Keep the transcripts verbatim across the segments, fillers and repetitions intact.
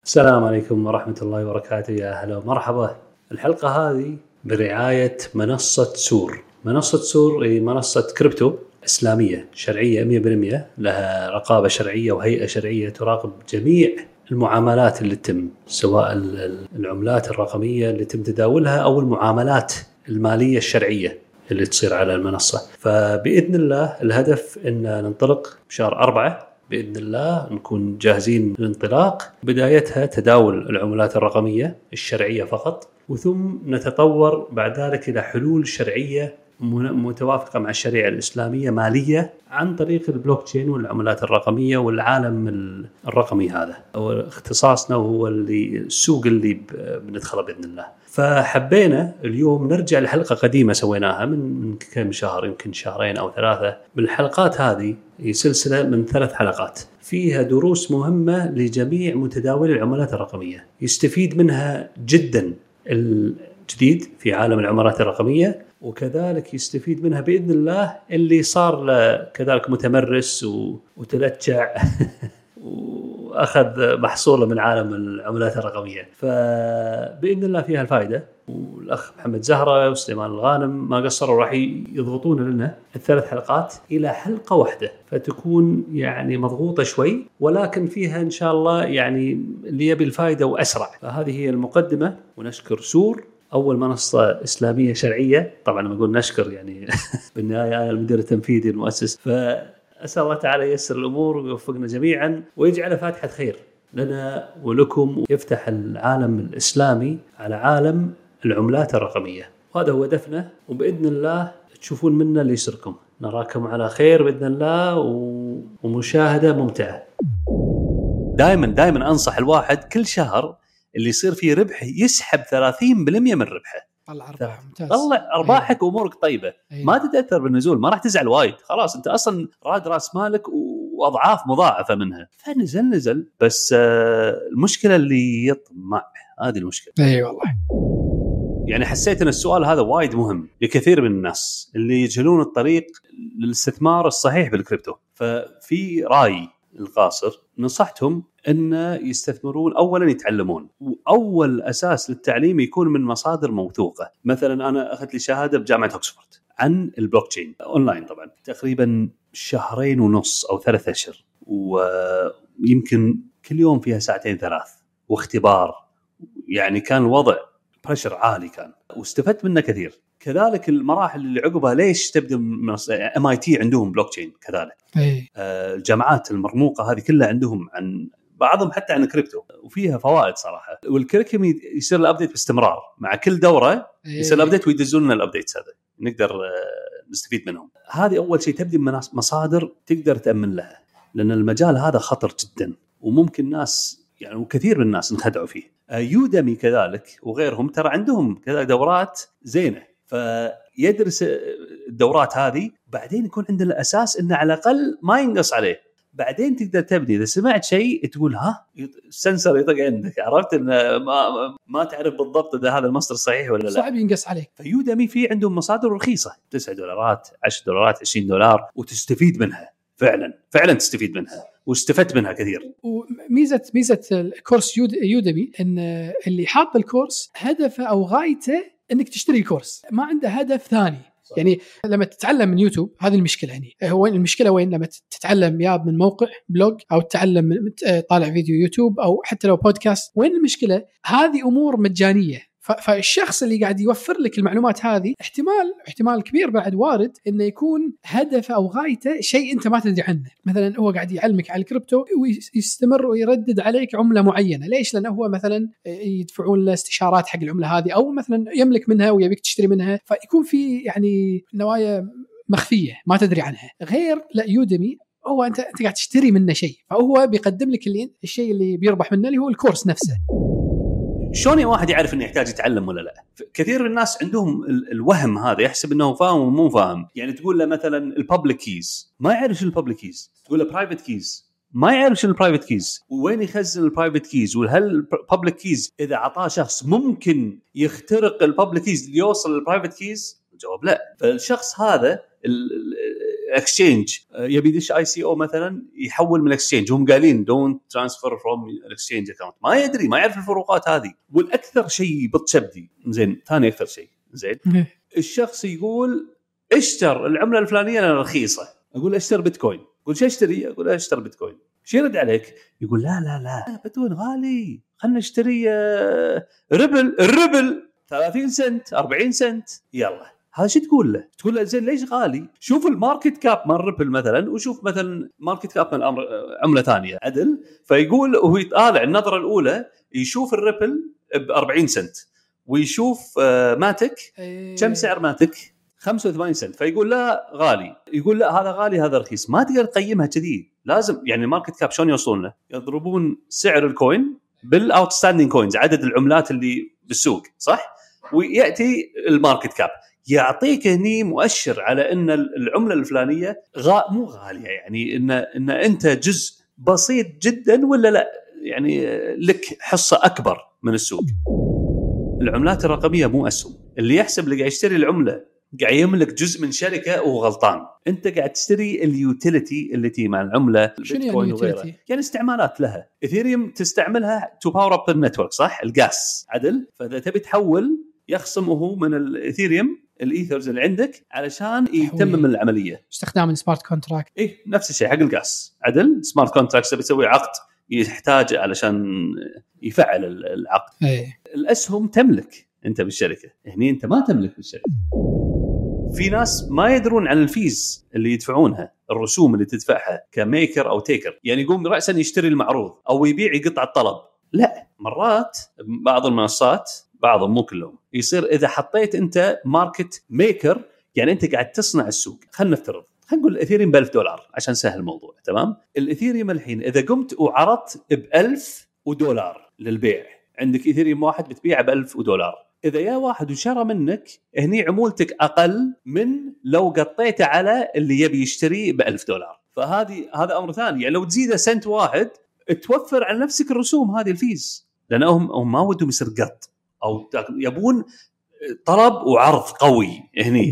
السلام عليكم ورحمة الله وبركاته. يا هلا ومرحبا. الحلقة هذه برعاية منصة سور. منصة سور هي منصة كريبتو إسلامية شرعية مية بالمية، لها رقابة شرعية وهيئة شرعية تراقب جميع المعاملات اللي تتم، سواء العملات الرقمية اللي تم تداولها أو المعاملات المالية الشرعية اللي تصير على المنصة. فبإذن الله الهدف أن ننطلق بشهر أربعة بإذن الله، نكون جاهزين للانطلاق. بدايتها تداول العملات الرقمية الشرعية فقط، وثم نتطور بعد ذلك إلى حلول شرعية متوافقة مع الشريعة الإسلامية مالية عن طريق البلوكتشين والعملات الرقمية والعالم الرقمي. هذا هو اختصاصنا وهو اللي السوق اللي بندخله بإذن الله. فحبينا اليوم نرجع لحلقة قديمة سويناها من كم شهر، يمكن شهرين أو ثلاثة. بالحلقات هذه هي سلسلة من ثلاث حلقات فيها دروس مهمة لجميع متداولي العملات الرقمية، يستفيد منها جدا الجديد في عالم العملات الرقمية، وكذلك يستفيد منها بإذن الله اللي صار كذلك متمرس وتلتشع وأخذ محصوله من عالم العملات الرقمية. فبإذن الله فيها الفائدة. والأخ محمد زهرة وسليمان الغانم ما قصروا، راح يضغطون لنا الثلاث حلقات إلى حلقة واحدة، فتكون يعني مضغوطة شوي، ولكن فيها إن شاء الله يعني اللي يبي الفائدة وأسرع. فهذه هي المقدمة. ونشكر سور، أول منصة إسلامية شرعية. طبعا لما نقول نشكر يعني بالنهاية أنا المدير التنفيذي المؤسس، فأسأل الله تعالى ييسر الأمور ويوفقنا جميعا ويجعل فاتحة خير لنا ولكم، ويفتح العالم الإسلامي على عالم العملات الرقمية. وهذا هو هدفنا، وبإذن الله تشوفون منا اللي يسركم. نراكم على خير بإذن الله ومشاهدة ممتعة. دائما دائما أنصح الواحد كل شهر اللي يصير فيه ربح يسحب ثلاثين بالمئة من ربحه. طلع أرباح ممتاز. طلع أرباحك وأمورك طيبة. أيه. ما تتأثر بالنزول، ما راح تزعل وايد، خلاص أنت أصلا راد رأس مالك وأضعاف مضاعفة منها. فنزل نزل بس المشكلة اللي يطمع، هذه المشكلة. أي والله. يعني حسيت أن السؤال هذا وايد مهم لكثير من الناس اللي يجهلون الطريق للاستثمار الصحيح بالكريبتو. ففي رأي القاصر نصحتهم أن يستثمرون، أولا يتعلمون، وأول أساس للتعليم يكون من مصادر موثوقة. مثلا أنا أخذت لي شهادة بجامعة أكسفورد عن البلوكتشين أونلاين، طبعا تقريبا شهرين ونص أو ثلاثة أشهر، ويمكن كل يوم فيها ساعتين ثلاث واختبار. يعني كان الوضع بريشر عالي كان، واستفدت منه كثير. كذلك المراحل اللي عقبها، ليش تبدأ من إم آي تي عندهم بلوكتشين كذلك. آه الجامعات المرموقة هذه كلها عندهم، عن بعضهم حتى عن كريبتو، وفيها فوائد صراحة. والكريكم يصير الأبديت باستمرار مع كل دورة، يصير الأبديت ويدزون لنا الأبديت هذا نقدر آه نستفيد منهم. هذه أول شيء، تبدأ من مصادر تقدر تأمن لها، لأن المجال هذا خطر جدا وممكن ناس يعني وكثير من الناس انخدعوا فيه. آه يودمي كذلك وغيرهم ترى عندهم كذا دورات زينة، فيدرس الدورات هذه، بعدين يكون عندنا الأساس إنه على الأقل ما ينقص عليه. بعدين تقدر تبني، إذا سمعت شيء تقول ها السنسر يطق عندك، عرفت إن ما ما تعرف بالضبط إذا هذا المصدر صحيح ولا لا، صعب ينقص عليك. فيودمي فيه عندهم مصادر رخيصة، تسعة دولارات، عشرة دولارات، عشرين دولار، وتستفيد منها فعلا فعلا تستفيد منها، واستفدت منها كثير. وميزة ميزة الكورس يودمي إن اللي حاط الكورس هدفه أو غايته إنك تشتري الكورس، ما عنده هدف ثاني. صح. يعني لما تتعلم من يوتيوب، هذه المشكلة هني. هو المشكلة وين؟ لما تتعلم يا من موقع بلوج أو تتعلم من طالع فيديو يوتيوب أو حتى لو بودكاست، وين المشكلة؟ هذه أمور مجانية. فالشخص اللي قاعد يوفر لك المعلومات هذه احتمال احتمال كبير بعد وارد انه يكون هدفه او غايته شيء انت ما تدري عنه. مثلا هو قاعد يعلمك على الكريبتو ويستمر ويردد عليك عملة معينة، ليش؟ لأنه هو مثلا يدفعون له استشارات حق العملة هذه، او مثلا يملك منها ويبيك تشتري منها، فيكون في يعني نوايا مخفية ما تدري عنها. غير لا يودمي هو انت انت قاعد تشتري منه شيء، فهو بيقدم لك اللي الشيء اللي بيربح منه اللي هو الكورس نفسه. شلون واحد يعرف انه يحتاج يتعلم ولا لا؟ كثير من الناس عندهم الوهم هذا، يحسب انه فاهم ومو فاهم. يعني تقول له مثلا البابليك كيز، ما يعرف شو البابليك كيز. تقول له برايفت كيز، ما يعرف شو البرايفت كيز، وين يخزن البرايفت كيز، وهل البابليك كيز اذا عطاه شخص ممكن يخترق البابليك كيز ليوصل للبرايفت كيز؟ الجواب لا. فالشخص هذا اكسشينج يبي يدش اي سي او مثلا يحول من اكسشينج، هم قايلين دونت ترانسفير فروم الاكسشينج اكونت، ما يدري ما يعرف الفروقات هذه. والاكثر شيء بتشبدي زين ثاني اكثر شيء زين الشخص يقول اشتر العمله الفلانيه لأنها رخيصه، اقول اشتر بيتكوين، اقول شو اشتري؟ اقول اشتر بيتكوين. شو يرد عليك؟ يقول لا لا لا بيتكوين غالي، خلنا نشتري ربل، الربل ثلاثين سنت أربعين سنت. يلا هذا شو تقول له؟ تقول له زين ليش غالي؟ شوف الماركت كاب مال ريبل مثلا، وشوف مثلا ماركت كاب من عمله ثانيه عدل. فيقول وهو يطالع النظره الاولى يشوف الريبل ب أربعين سنت، ويشوف ماتك كم سعر ماتك خمسة وثمانين سنت، فيقول لا غالي، يقول لا هذا غالي هذا رخيص. ما تقدر تقيمها كذي، لازم يعني الماركت كاب شلون يوصلون له؟ يضربون سعر الكوين بالاوتستاندينج كوينز، عدد العملات اللي بالسوق صح، وياتي الماركت كاب يعطيك هني مؤشر على ان العمله الفلانيه غا مو غاليه، يعني ان ان انت جزء بسيط جدا ولا لا، يعني لك حصه اكبر من السوق. العملات الرقميه مو اسهم، اللي يحسب اللي قاعد يشتري العمله قاعد يملك جزء من شركه وهو غلطان. انت قاعد تشتري اليوتيليتي اللي تي مع العمله، البيتكوين وغيرها، يعني استعمالات لها. اثيريوم تستعملها تو باور اب النتورك صح، الغاز عدل. فاذا تبي تحول يخصمه من الاثيريوم الايثرز اللي عندك علشان يتمم العمليه. استخدام السمارت كونتراكت ايه نفس الشيء حق الغاز عدل. سمارت كونتراكت بتسوي عقد يحتاج علشان يفعل العقد. ايه. الاسهم تملك انت بالشركه، هني انت ما تملك بالشركه. في ناس ما يدرون عن الفيز اللي يدفعونها، الرسوم اللي تدفعها كميكر او تيكر، يعني يقوم رأسا يشتري المعروض او يبيع يقطع الطلب. لا، مرات بعض المنصات بعضهم مو كلهم يصير اذا حطيت انت ماركت ميكر، يعني انت قاعد تصنع السوق. خلينا نفترض خلينا نقول الاثيريوم بألف دولار عشان سهل الموضوع تمام. الاثيريوم الحين اذا قمت وعرضت بألف ودولار للبيع، عندك اثيريوم واحد بتبيعه بألف ودولار، إذا يا واحد وشرى منك هني عمولتك أقل من لو قطيته على اللي يبي يشتري بألف دولار. فهذه هذا أمر ثاني، يعني لو تزيده سنت واحد توفر على نفسك الرسوم هذه الفيز، لأنهم هم ما ودهم يصير قط أو يبون طلب وعرض قوي. هني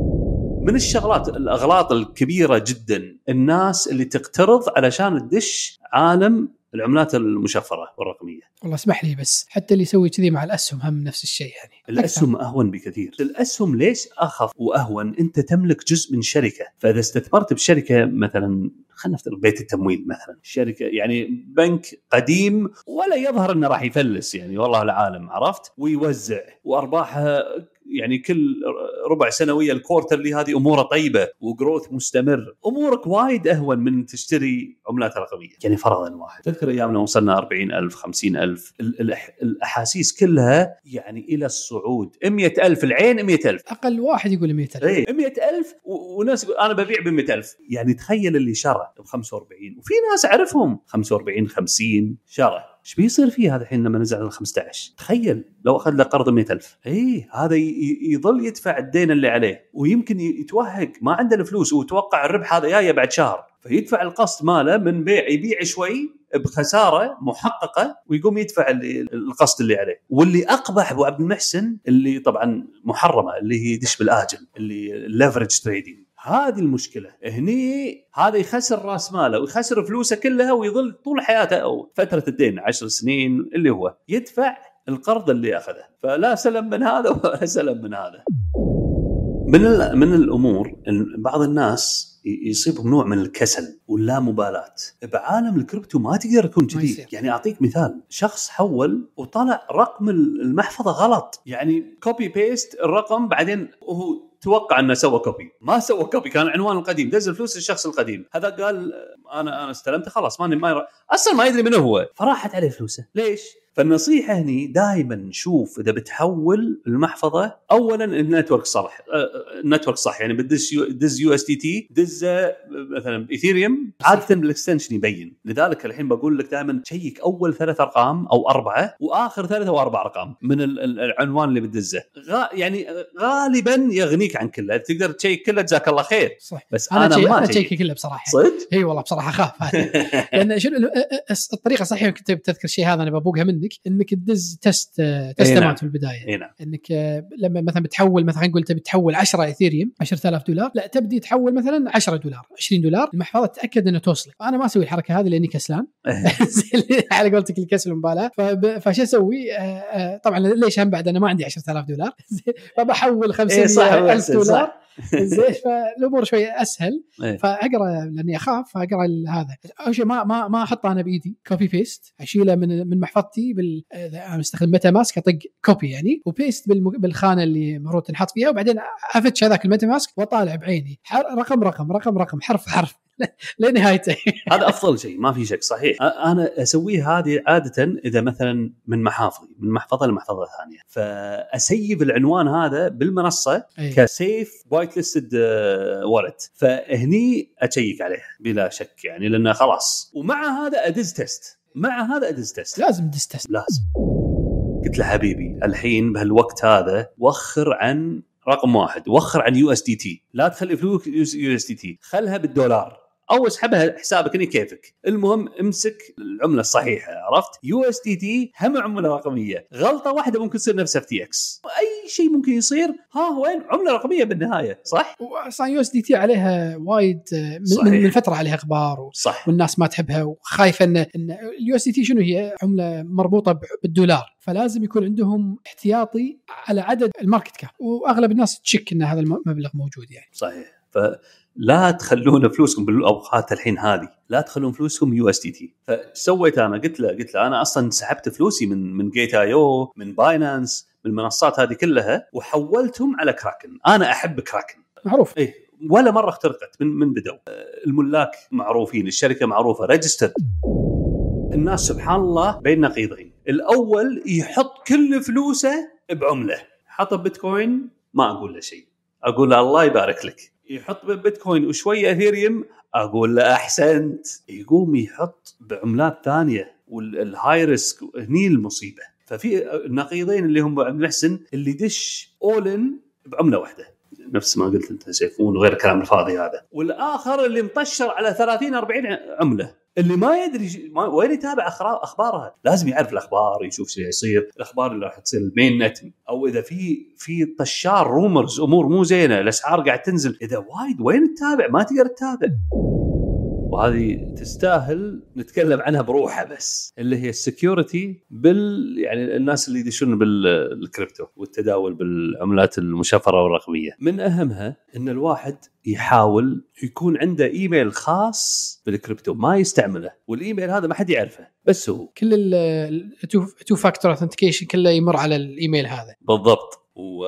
من الشغلات الأغلاط الكبيرة جدا الناس اللي تقترض علشان تدش عالم العملات المشفرة والرقمية. والله اسمح لي بس حتى اللي يسوي كذي مع الأسهم هم نفس الشيء. يعني الأسهم أهون بكثير. الأسهم ليش أخف وأهون؟ أنت تملك جزء من شركة، فإذا استثمرت بشركة مثلا خلينا نفترض بيت التمويل مثلا، شركة يعني بنك قديم ولا يظهر أنه راح يفلس، يعني والله العالم عرفت، ويوزع وأرباحها يعني كل ربع سنوية الكورترلي، هذه أموره طيبة وجروث مستمر، أمورك وايد أهون من تشتري عملات رقمية. يعني فرضا واحد تذكر أيامنا وصلنا أربعين ألف خمسين ألف، الأحاسيس كلها يعني إلى الصعود. مئة ألف العين، مئة ألف أقل واحد يقول مئة ألف. إيه مئة ألف وناس يقول أنا ببيع بمئة ألف. يعني تخيل اللي شرى بخمسة وأربعين، وفي ناس أعرفهم خمسة وأربعين خمسين شرى. ايش بيصير فيه هذا الحين لما نزل على خمسة عشر؟ تخيل لو اخذ له قرض مئة ألف. اي هذا يظل يدفع الدين اللي عليه، ويمكن يتوهق ما عنده الفلوس وتوقع الربح هذا جاي بعد شهر، فيدفع القسط ماله من بيع، يبيع شوي بخساره محققه ويقوم يدفع القسط اللي عليه. واللي اقبح ابو عبد المحسن اللي طبعا محرمه، اللي هي دش بالاجل، اللي الليفرج تريدينج. هذه المشكلة هني، هذا يخسر راس ماله ويخسر فلوسه كلها ويظل طول حياته أو فترة الدين عشر سنين اللي هو يدفع القرض اللي أخذه. فلا سلم من هذا ولا سلم من هذا. من من الأمور بعض الناس يصيبهم نوع من الكسل واللا مبالاة بعالم الكريبتو. ما تقدر تكون كذي. يعني أعطيك مثال، شخص حول وطلع رقم المحفظة غلط، يعني كوبي بيست الرقم، بعدين هو توقع انه سوى كوبي، ما سوى كوبي، كان العنوان القديم، دز الفلوس للشخص القديم. هذا قال انا انا استلمته خلاص، ما ما اصلا ما يدري منه هو، فراحت عليه فلوسه. ليش؟ فالنصيحه هني دائما نشوف اذا بتحول المحفظه اولا النتورك صح، النتورك صح، يعني بدز يو دز يو اس تي تي، دز مثلا ايثيريوم، عاده بالاكستنشن يبين. لذلك الحين بقول لك دائما تشيك اول ثلاث ارقام او اربعه واخر ثلاثه واربع ارقام من العنوان اللي بتدزه، غ... يعني غالبا يغنيك تشيك عن كله، تقدر تشيك كله جزاك الله خير. صح. بس انا, انا أنا ما اشيك كله بصراحه صدق. اي والله بصراحه اخاف هذا لان شنو الطريقه الصحيحه كنت بتذكر شيء هذا انا ببوقها منك، انك تدز تست تست اماونت في البدايه. نعم. انك لما مثلا بتحول مثلا قلت تبي تحول عشرة اثيريوم عشرة آلاف دولار، لا تبدي تحول مثلا عشرة دولار عشرين دولار المحفظه تاكد انه توصلك. انا ما اسوي الحركه هذه لاني كسلان على قولتك الكسل المبالاه. فش اسوي؟ طبعا ليش هم بعد انا ما عندي عشرة آلاف دولار فبحول خمسمية ألف دولار زين. فالامور شوي اسهل. فاقرا لاني اخاف فاقرا هذا اول شيء ما ما ما احطه انا بايدي كوبي بيست، اشيله من من محفظتي بال انا استخدم ميتا ماسك اطق كوبي يعني وبيست بالخانه اللي المفروض تنحط فيها، وبعدين افتش هذاك الميتا ماسك واطالع بعيني رقم رقم رقم رقم حرف حرف لنهايته. هذا افضل شيء ما في شك. صحيح انا اسويه هذه عاده اذا مثلا من محافظي من محفظه لمحفظه ثانيه، فاسيب العنوان هذا بالمنصه أيه. كسيف وايت ليستد وورد، فهني اشيك عليه بلا شك يعني لانه خلاص. ومع هذا ادز تيست مع هذا ادز تيست لازم ادز تيست لازم. قلت له حبيبي الحين بهالوقت هذا وخر عن رقم واحد، وخر عن يو اس دي تي، لا تخلي فلوس يو اس دي تي، خلها بالدولار او اسحبها حسابك اني كيفك، المهم امسك العمله الصحيحه. عرفت؟ يو اس دي تي هم عمله رقميه، غلطه واحده ممكن تصير نفس اف تي اكس، اي شيء ممكن يصير. ها وين عمله رقميه بالنهايه صح. واصلا يو اس دي تي عليها وايد من, من فتره عليها اخبار و... والناس ما تحبها وخايفه ان ان اليو اس دي تي شنو هي عمله مربوطه بالدولار، فلازم يكون عندهم احتياطي على عدد الماركت كاب، واغلب الناس تشك ان هذا المبلغ موجود يعني. صحيح. فلا تخلون فلوسكم بالاوقات الحين هذه، لا تخلون فلوسكم يو اس دي تي. فسويت انا قلت له قلت له انا اصلا سحبت فلوسي من من جيت اي او من باينانس من المنصات هذه كلها وحولتهم على كراكن. انا احب كراكن معروف ايه، ولا مره اخترقت من من بدوا. الملاك معروفين، الشركه معروفه ريجسترد. الناس سبحان الله بين نقيضين، الاول يحط كل فلوسه بعمله، حط بيتكوين ما اقول له شيء، اقول له الله يبارك لك. يحط بيتكوين وشويه اثيريوم اقول له احسنت. يقوم يحط بعملات ثانيه والهاي ريسك، هني المصيبه. ففي النقيضين اللي هم محسن اللي دش اولن بعمله واحده نفس ما قلت انت سيفون وغير الكلام الفاضي هذا، والاخر اللي مطشر على ثلاثين أربعين عمله، اللي ما يدري ما وين يتابع اخبارها. لازم يعرف الاخبار، يشوف شو يصير، الاخبار اللي راح تصير المين نت، او اذا في في طشار رومرز امور مو زينه، الاسعار قاعد تنزل، اذا وايد وين تتابع؟ ما تقدر تتابع. وهذه تستاهل نتكلم عنها بروحها، بس اللي هي السكيورتي بال يعني الناس اللي يدشون بالكريبتو والتداول بالعملات المشفرة والرقمية. من أهمها إن الواحد يحاول يكون عنده إيميل خاص بالكريبتو ما يستعمله، والإيميل هذا ما حد يعرفه بس هو. كل التو فاكتور أوثنتيكيشن كله يمر على الإيميل هذا بالضبط،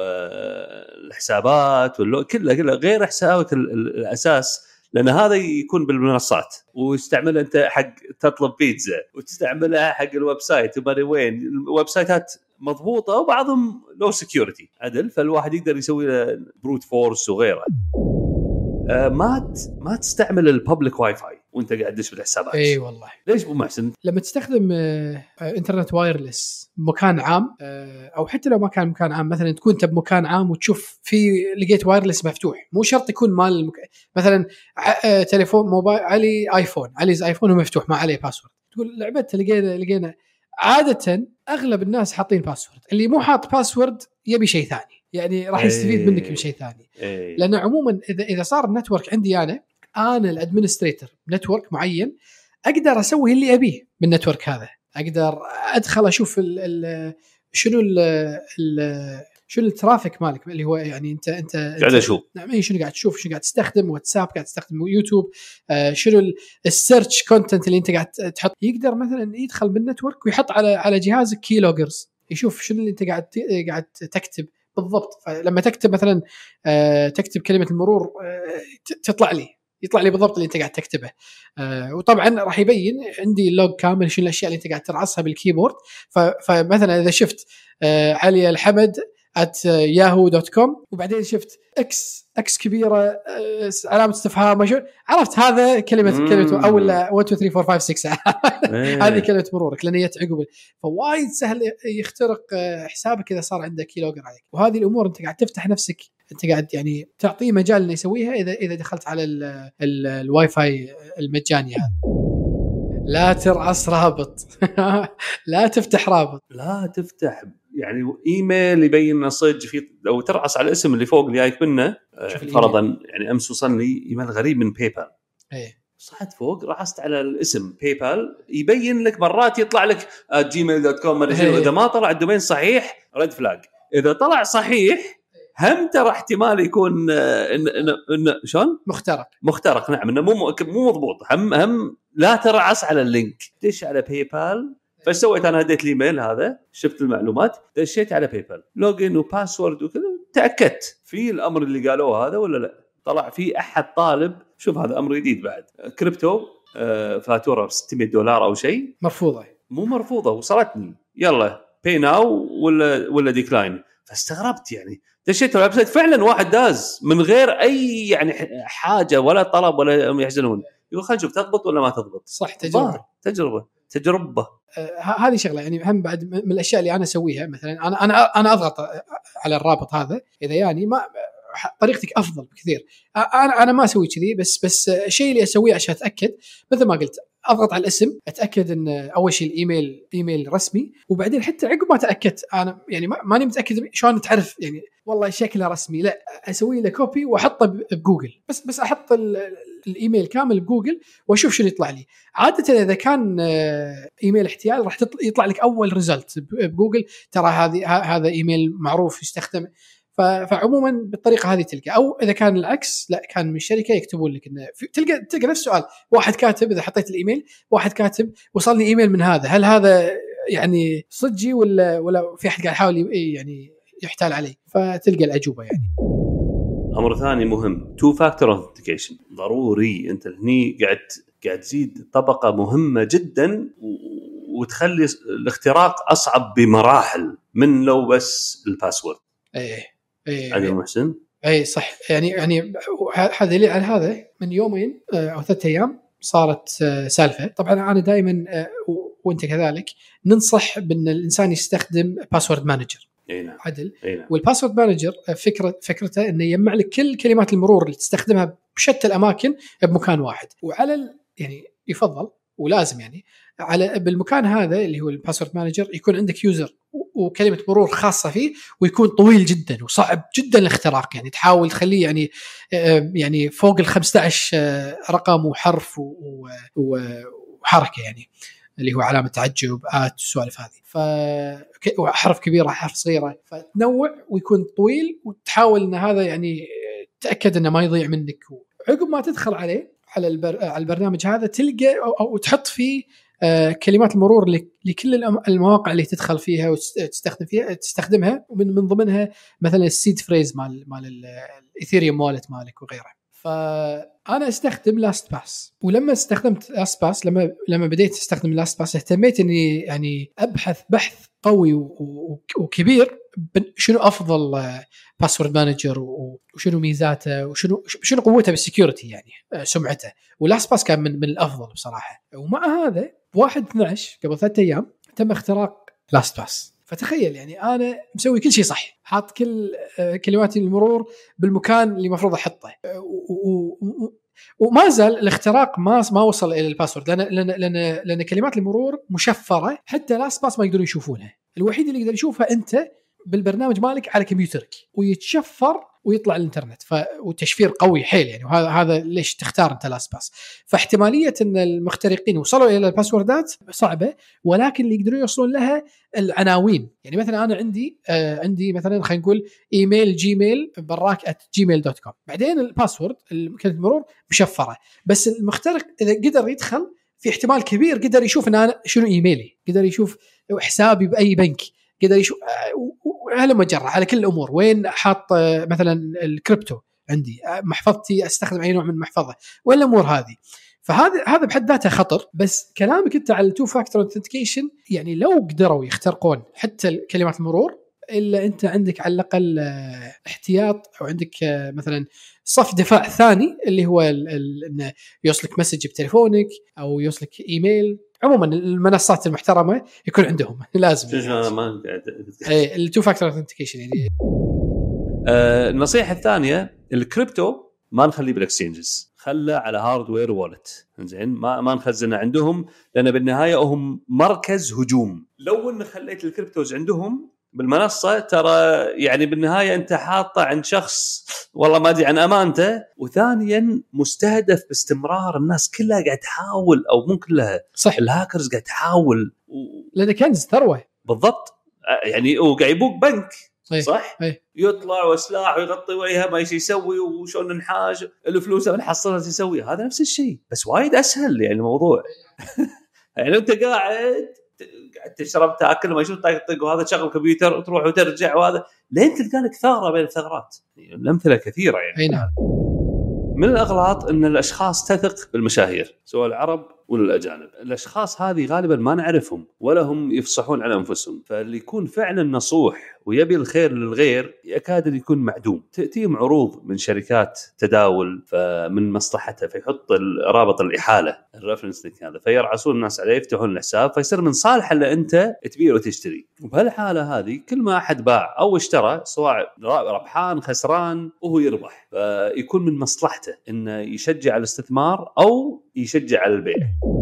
والحسابات واللو كله كله غير حسابك الأساس، لأن هذا يكون بالمنصات ويستعملها أنت حق تطلب بيتزا وتستعملها حق الويب سايت وبري وين الويب سايتات مضبوطة وبعضهم لو سيكيورتي عدل، فالواحد يقدر يسوي له بروت فورس وغيره. آه ما ما تستعمل الببليك واي فاي وانت قاعد تدش بالحسابات. اي والله ليش ابو محسن؟ لما تستخدم آه انترنت وايرلس مكان عام، آه او حتى لو ما كان مكان عام، مثلا تكون انت بمكان عام وتشوف في لقيت وايرلس مفتوح، مو شرط يكون مال المك... مثلا آه تليفون موبايل علي ايفون علي ايفون ومفتوح ما عليه باسورد، تقول لعبت لقينا لقينا عاده اغلب الناس حاطين باسورد، اللي مو حاط باسورد يبي شيء ثاني، يعني راح يستفيد أيه. منك بشيء ثاني أيه. لأنه عموما إذا إذا صار النتورك عندي أنا أنا الأدمنستريتور نتورك معين، أقدر أسوي اللي أبيه بالنتورك هذا، أقدر أدخل أشوف ال ال شنو ال ال شنو الترافيك مالك اللي هو يعني أنت أنت قاعد أشوف نعم شنو قاعد تشوف، شنو قاعد تستخدم واتساب، قاعد تستخدم يوتيوب، آه شنو السيرش كونتنت اللي أنت قاعد تحط. يقدر مثلا يدخل بالنتورك ويحط على على جهازك كيلوجرز، يشوف شنو اللي أنت قاعد قاعد تكتب بالضبط. فلما تكتب مثلا آه تكتب كلمة المرور آه تطلع لي يطلع لي بالضبط اللي انت قاعد تكتبه، آه وطبعا راح يبين عندي اللوج كامل شنو الاشياء اللي انت قاعد ترعصها بالكيبورد. فمثلا اذا شفت آه علي الحمد at yahoo دوت كوم وبعدين شفت اكس اكس كبيره آه علامه استفهام، شو عرفت هذا كلمه كلمه او واحد اثنين ثلاثة أربعة خمسة ستة هذه كلمه مرورك لان هي تعقب. فوايد سهل يخترق حسابك اذا صار عندك كيلوجر عليك، وهذه الامور انت قاعد تفتح نفسك انت قاعد يعني تعطيه مجال انه يسويها اذا اذا دخلت على ال ال الواي فاي المجاني هذا. لا ترعص رابط لا تفتح رابط، لا تفتح يعني ايميل يبين صج في، لو ترعص على الاسم اللي فوق اللي جايك منه فرضا. يعني امس وصل لي ايميل غريب من باي بال، ايه صحت فوق رعصت على الاسم باي بال، يبين لك مرات يطلع لك جيميل دوت كوم، اذا ما طلع الدومين صحيح ريد فلاج، اذا طلع صحيح هم ترى احتمال يكون إن إن إن شلون مخترق مخترق نعم، انه مو مو مضبوط. هم هم لا ترعص على اللينك، دش على باي بال. فسويت انا هديت الايميل هذا، شفت المعلومات، دشيت على باي بال لوجين وباسورد وكذا، تاكدت في الامر اللي قالوه هذا ولا لا. طلع في احد طالب، شوف هذا امر جديد بعد، كريبتو فاتوره ستمية دولار او شيء مرفوضه، مو مرفوضه وصلتني، يلا باي ناو ولا ولا ديكلاين. فاستغربت يعني، دشيت على الويب فعلا واحد داز من غير اي يعني حاجه ولا طلب ولا يحزنون، يقول خلينا نشوف تضبط ولا ما تضبط. صح تجربه تجربه تجربه آه هذه شغله يعني هم بعد من الاشياء اللي انا اسويها. مثلا انا انا انا اضغط على الرابط هذا اذا يعني ما طريقتك افضل بكثير. انا انا ما اسوي كذي، بس بس الشيء اللي اسويه عشان اتاكد مثل ما قلت، اضغط على الاسم اتاكد ان اول شيء الايميل ايميل رسمي، وبعدين حتى عقب ما تاكدت انا يعني ماني متاكد شلون تعرف يعني والله شكله رسمي، لا اسوي له كوبي واحطه بجوجل، بس بس احط الايميل كامل بجوجل واشوف شنو يطلع لي. عاده اذا كان ايميل احتيال راح يطلع لك اول ريزلت بجوجل، ترى هذه هذا ايميل معروف يستخدم. فعموما بالطريقه هذه تلقى، او اذا كان العكس لا كان من الشركه يكتبون لك انه تلقى تلقى نفس السؤال، واحد كاتب اذا حطيت الايميل واحد كاتب وصلني ايميل من هذا، هل هذا يعني صجي ولا ولا في احد قاعد يحاول يعني يحتال عليه؟ فتلقى الاجوبه يعني. امر ثاني مهم، تو فاكتور اوثنتيكيشن ضروري. انت هني قاعد قاعد تزيد طبقه مهمه جدا وتخلي الاختراق اصعب بمراحل من لو بس الباسورد. ايه ايه علي محسن اي صح، يعني يعني هذا اللي على هذا من يومين او ثلاثة ايام صارت سالفه. طبعا انا دائما وانت كذلك ننصح بان الانسان يستخدم باسورد مانجر. اي نعم عدل. نعم. والباسورد مانجر فكره فكرته انه يجمع لك كل كلمات المرور اللي تستخدمها بشتى الاماكن بمكان واحد، وعلى يعني يفضل ولازم يعني على بالمكان هذا اللي هو الباسورد مانجر يكون عندك يوزر وكلمه مرور خاصه فيه، ويكون طويل جدا وصعب جدا الاختراق، يعني تحاول تخليه يعني يعني فوق ال خمسة عشر رقم وحرف وحركه، يعني اللي هو علامه تعجب آت السوالف هذه، ف حرف كبيره حرف صغيره، فتنوع ويكون طويل وتحاول ان هذا يعني تاكد انه ما يضيع منك. عقب ما تدخل عليه على البر... على البرنامج هذا تلقى او, أو تحط فيه آه كلمات المرور لكل المواقع اللي تدخل فيها وتستخدم فيها تستخدمها، ومن من ضمنها مثلا السيد فريز مال مال الايثيريوم والت مالك وغيره. فانا استخدم لاست باس، ولما استخدمت لاست باس لما لما بديت استخدم لاست باس اهتميت اني يعني ابحث بحث قوي وكبير شنو افضل باسورد مانجر وشنو ميزاته وشنو شنو قوته بالسكيورتي يعني سمعته، ولاست باس كان من من الافضل بصراحه. ومع هذا واحد اثناشر قبل ثلاثة ايام تم اختراق لاست باس. فتخيل يعني انا مسوي كل شيء صح، حاط كل كلمات المرور بالمكان اللي المفروض احطه، وما زال الاختراق ما ما وصل الى الباسورد، لان لان لان, لأن كلمات المرور مشفره حتى لاست باس ما يقدرون يشوفونها. الوحيد اللي يقدر يشوفها انت بالبرنامج مالك على كمبيوترك، ويتشفر ويطلع الانترنت، ف وتشفير قوي حيل يعني. وهذا هذا ليش تختار انت لاست باس. فاحتماليه ان المخترقين وصلوا الى الباسوردات صعبه، ولكن اللي يقدرون يوصلون لها العناوين. يعني مثلا انا عندي آه عندي مثلا خلينا نقول ايميل جيميل براك آت جيميل دوت كوم، بعدين الباسورد كلمه المرور مشفره، بس المخترق اذا قدر يدخل في احتمال كبير قدر يشوف ان انا شنو ايميلي، قدر يشوف حسابي باي بنك، قدر يشوف على مجرة على كل الأمور، وين حاط مثلا الكريبتو عندي، محفظتي أستخدم أي نوع من المحفظة والأمور هذه. فهذا هذا بحد ذاته خطر. بس كلامك أنت على التو فاكتور اوثنتيكيشن، يعني لو قدروا يخترقون حتى كلمات المرور، إلا أنت عندك على الأقل احتياط، أو عندك مثلا صف دفاع ثاني اللي هو إنه يوصلك مسج بتليفونك أو يوصلك إيميل. عموما المنصات المحترمه يكون عندهم لازم شو ما اي التو فاكتور اوثنتيكيشن يعني. آه النصيحه الثانيه الكريبتو ما نخليه بالاكسشينجز، خله على هاردوير وولت. زين ما ما نخزنه عندهم لان بالنهايه هم مركز هجوم. لو ان خليت الكريبتوز عندهم بالمنصه ترى يعني بالنهايه انت حاطه عند شخص والله ما ادري عن امانته، وثانيا مستهدف باستمرار. الناس كلها قاعد تحاول او مو كلها صح، الهاكرز قاعد تحاول و... لأنه كنز ثروه بالضبط يعني وقاعد يبوك بنك أي. صح أي. يطلع وسلاح ويغطي وجهه ما يشي يسوي وشون ننحاج الفلوس اللي نحصلها يسوي هذا نفس الشيء بس وايد اسهل يعني الموضوع. يعني انت قاعد قاعد تشرب تاكل ما يشوف طق وهذا شغل كمبيوتر وتروح وترجع وهذا لين تلقى لك ثغره بين الثغرات. الامثله كثيره يعني. أي نعم. من الاغلاط ان الاشخاص تثق بالمشاهير سواء العرب ولا الاجانب. الاشخاص هذه غالبا ما نعرفهم ولا هم يفصحون عن انفسهم، فاللي يكون فعلا نصوح ويبي الخير للغير يكاد يكون معدوم. تأتيهم عروض من شركات تداول فمن مصلحتها فيحط رابط الإحالة الريفرنس لينك هذا فيرعسون الناس عليه يفتحون الحساب فيصير من صالح اللي أنت تبيع وتشتري. وبهالحالة هذه كل ما أحد باع أو اشترى سواء ربحان خسران وهو يربح فيكون من مصلحته إنه يشجع الاستثمار أو يشجع على البيع.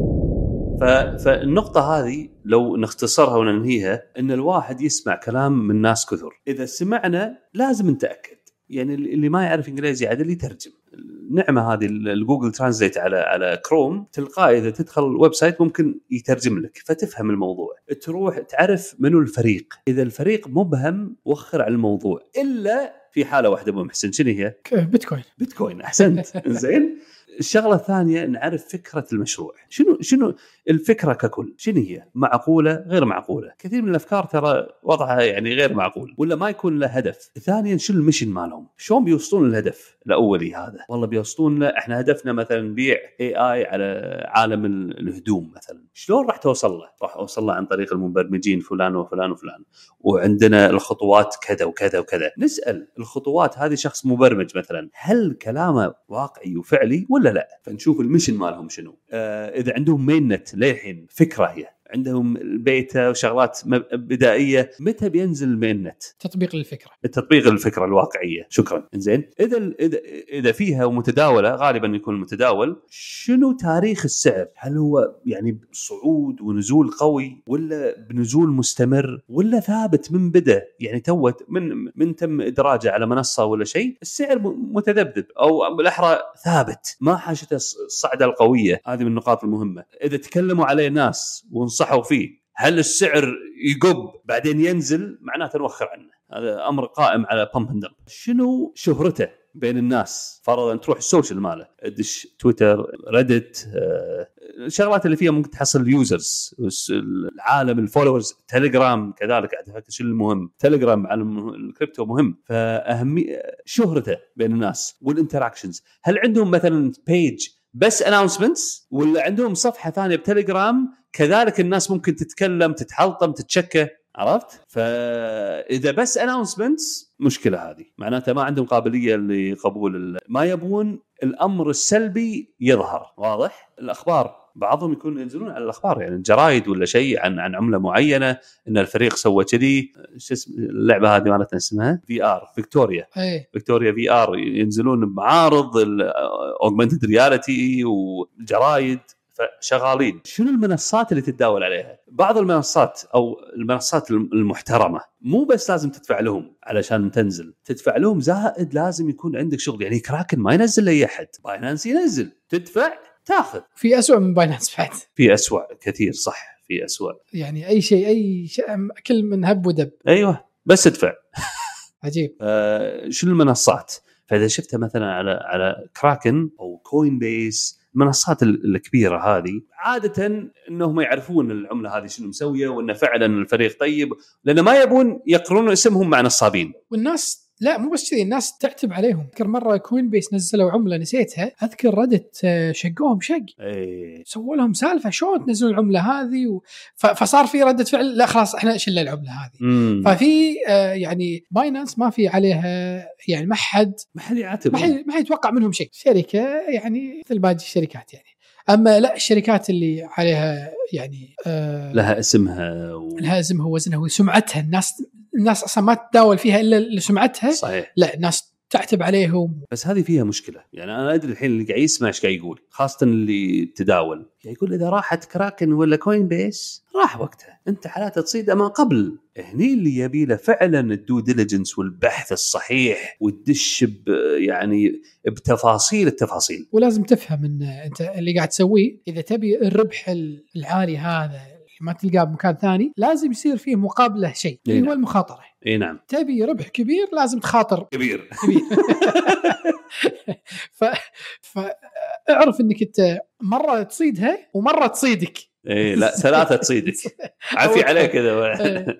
فالنقطة هذه لو نختصرها وننهيها إن الواحد يسمع كلام من ناس كثر. إذا سمعنا لازم نتأكد. يعني اللي ما يعرف إنجليزي عاد اللي يترجم. النعمة هذه الجوجل ترانزليت على على كروم تلقائي إذا تدخل الويب سايت ممكن يترجم لك فتفهم الموضوع. تروح تعرف منو الفريق. إذا الفريق مبهم وخر على الموضوع إلا في حالة واحدة مو محسن شنو هي؟ بيتكوين. بيتكوين أحسنت. زين. الشغلة الثانية نعرف فكرة المشروع شنو شنو الفكرة ككل شنو هي معقولة غير معقولة. كثير من الأفكار ترى وضعها يعني غير معقول ولا ما يكون له هدف. ثانيا شنو الميشن مالهم شلون بيوصلون للهدف الأولي هذا. والله بيوصلون له إحنا هدفنا مثلا نبيع إيه آي على عالم الهدوم مثلا شلون راح توصل له؟ راح أوصل له عن طريق المبرمجين فلان وفلان وفلان وعندنا الخطوات كذا وكذا وكذا. نسأل الخطوات هذه شخص مبرمج مثلا هل كلامه واقعي وفعلي ولا لا. فنشوف الميشن مالهم شنو. آه إذا عندهم مينت للحين فكرة هي عندهم البيتا وشغلات بدائية متى بينزل المينت تطبيق للفكرة التطبيق الفكرة الواقعية. شكرا. إنزين إذا إذا إذا فيها ومتداولة غالبا يكون متداول من تاريخ السعر هل هو يعني صعود ونزول قوي ولا بنزول مستمر ولا ثابت من بدأ يعني توت من من تم إدراجه على منصة ولا شيء السعر متذبذب أو بالأحرى ثابت ما حاشته الصعدة القوية. هذه من النقاط المهمة. إذا تكلموا عليه ناس ونصحوا فيه هل السعر يقب بعدين ينزل معناته نوخر عنه. هذا أمر قائم على بامب اند دمب. شنو شهرته بين الناس فرضا تروح السوشيال ماله ادش تويتر ريدت آه، الشغلات اللي فيها ممكن تحصل يوزرز العالم الفولورز تيليجرام كذلك أعتقد شيء المهم تيليجرام على الكريبتو مهم. فأهمية شهرته بين الناس والانتراكشنز هل عندهم مثلا بيج بس announcements ولا عندهم صفحة ثانية بتليجرام كذلك الناس ممكن تتكلم تتحلطم تتشكى عرفت. فإذا بس announcements مشكلة هذه معناتها ما عندهم قابلية لقبول ما يبون الأمر السلبي يظهر واضح. الأخبار بعضهم يكون ينزلون على الأخبار يعني الجرايد ولا شيء عن عن عملة معينة إن الفريق سوى كذي. شو اسم اللعبة هذه مالتنا اسمها في آر فيكتوريا أي. فيكتوريا في آر ينزلون بمعارض الأوغمنتد رياليتي والجرايد فشغالين. شنو المنصات اللي تتداول عليها؟ بعض المنصات أو المنصات المحترمة مو بس لازم تدفع لهم علشان تنزل تدفع لهم زائد لازم يكون عندك شغل. يعني كراكن ما ينزل لأي أحد باينانس ينزل تدفع تاخذ. في أسوأ من باينانس بعد في أسوأ كثير صح في أسوأ يعني أي شيء أي شيء كل من هب ودب أيوة بس ادفع. عجيب. آه شنو المنصات؟ فإذا شفتها مثلا على على كراكن أو كوين بيس المنصات الكبيرة هذه عادة أنهم يعرفون العملة هذه شنو مسوية وأن فعلا الفريق طيب لأن ما يبون يقرون اسمهم مع نصابين. والناس لا مو بس كذي الناس تعتب عليهم. أذكر مرة كوين بيس نزلوا عملة نسيتها أذكر ردت شقوهم شق أي. سووا لهم سالفة شلون تنزلون العملة هذه و... ف... فصار في ردة فعل لا خلاص إحنا شلنا العملة هذه. مم. ففي آه يعني باينانس ما في عليها يعني ما حد ما حد يعتب ما حد ما حد يتوقع منهم شيء شركة يعني مثل باقي الشركات يعني. أما لا الشركات اللي عليها يعني آه لها اسمها و... لها اسمها وزنها وسمعتها الناس الناس اصلا ما تتداول فيها الا لسمعتها. صحيح. لا الناس تعتب عليهم. بس هذه فيها مشكله، يعني انا ادري الحين اللي قاعد يسمع ايش قاعد يقول، خاصه اللي تداول يقول اذا راحت كراكن ولا كوين بيس راح وقتها، انت حالات تصيد ما قبل. هني اللي يبي له فعلا الدو ديليجنس والبحث الصحيح والدش يعني بتفاصيل التفاصيل. ولازم تفهم ان انت اللي قاعد تسويه اذا تبي الربح العالي هذا ما تلقاه بمكان ثاني لازم يصير فيه مقابله شيء اللي نعم. هو المخاطره. اي نعم. تبي ربح كبير لازم تخاطر كبير كبير. ف فاعرف انك انت مره تصيدها ومره تصيدك. اي لا ثلاثه تصيدك. عافي عليك كذا.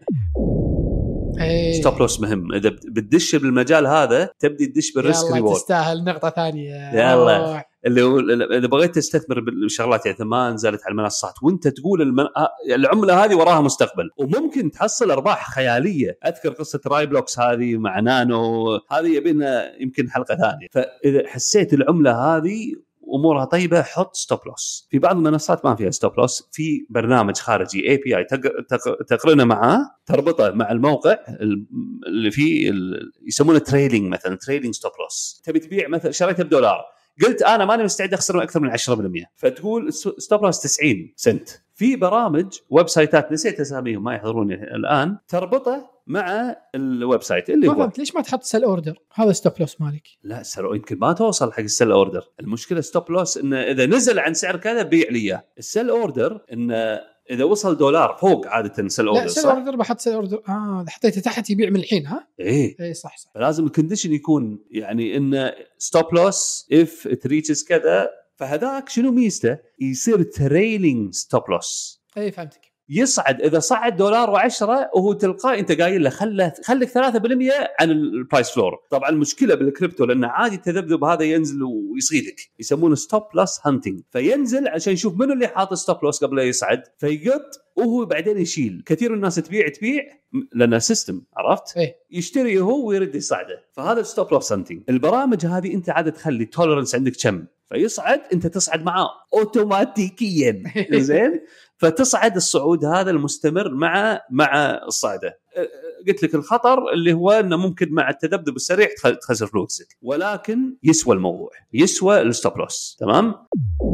ستوب لوس مهم اذا بتدش بالمجال هذا، تبدي تدش بالريسك ريورد. تستاهل نقطه ثانيه يلا اللي هو اذا بغيت تستثمر بالشغلات يعني ما نزلت على المنصات وانت تقول المن... العمله هذه وراها مستقبل وممكن تحصل ارباح خياليه. اذكر قصه راي بلوكس هذه مع نانو، هذه يبينا يمكن حلقه ثانيه. فاذا حسيت العمله هذه امورها طيبه حط ستوب لوس. في بعض المنصات ما فيها ستوب لوس، في برنامج خارجي اي بي اي تقرنه معاه، تربطه مع الموقع اللي فيه يسمونه تريلينج، مثلا تريلينج ستوب لوس. تبي تبيع مثلا شريته بدولار، قلت انا ماني مستعد اخسر اكثر من عشرة بالمئة، فتقول ستوب لوس تسعين سنت. في برامج ويب سايتات نسيت اساميهم ما يحضروني الان، تربطه مع الويب سايت اللي ما هو فهمت ليش ما تحط سيل اوردر؟ هذا ستوب لوس مالك. لا سعر يمكن ما توصل حق السيل اوردر. المشكله ستوب لوس انه اذا نزل عن سعر كذا بيع لي اياه. السيل اوردر انه اذا وصل دولار فوق عاده سيل اوردر. لا سيل اوردر بحط سيل اوردر. اه حطيته تحت يبيع من الحين. ها ايه اي صح صح. فلازم الكونديشن يكون يعني انه ستوب لوس اف ات ريتشز كذا. فهذاك شنو ميزته؟ يصير تريلينج ستوب لوس. اي فهمتك. يصعد اذا صعد دولار وعشرة وهو تلقائي انت قايل له خله خليك ثلاثة بالمئة عن البرايس فلور. طبعا المشكله بالكريبتو لانه عادي التذبذب هذا ينزل ويصيدك، يسمونه ستوب لوس هانتنج. فينزل عشان يشوف منو اللي حاط ستوب لوس قبل لا يصعد فيقط وهو بعدين يشيل. كثير من الناس تبيع تبيع لانه سيستم، عرفت؟ إيه؟ يشتري هو ويرد يصعده. فهذا ستوب لوس هانتنج. البرامج هذه انت عاده تخلي تولرنس عندك كم، فيصعد انت تصعد معاه اوتوماتيكيا. زين فتصعد الصعود هذا المستمر مع مع الصعده. قلت لك الخطر اللي هو انه ممكن مع التذبذب السريع تخسر فلوسك، ولكن يسوى الموضوع، يسوى الستوب لوس. تمام.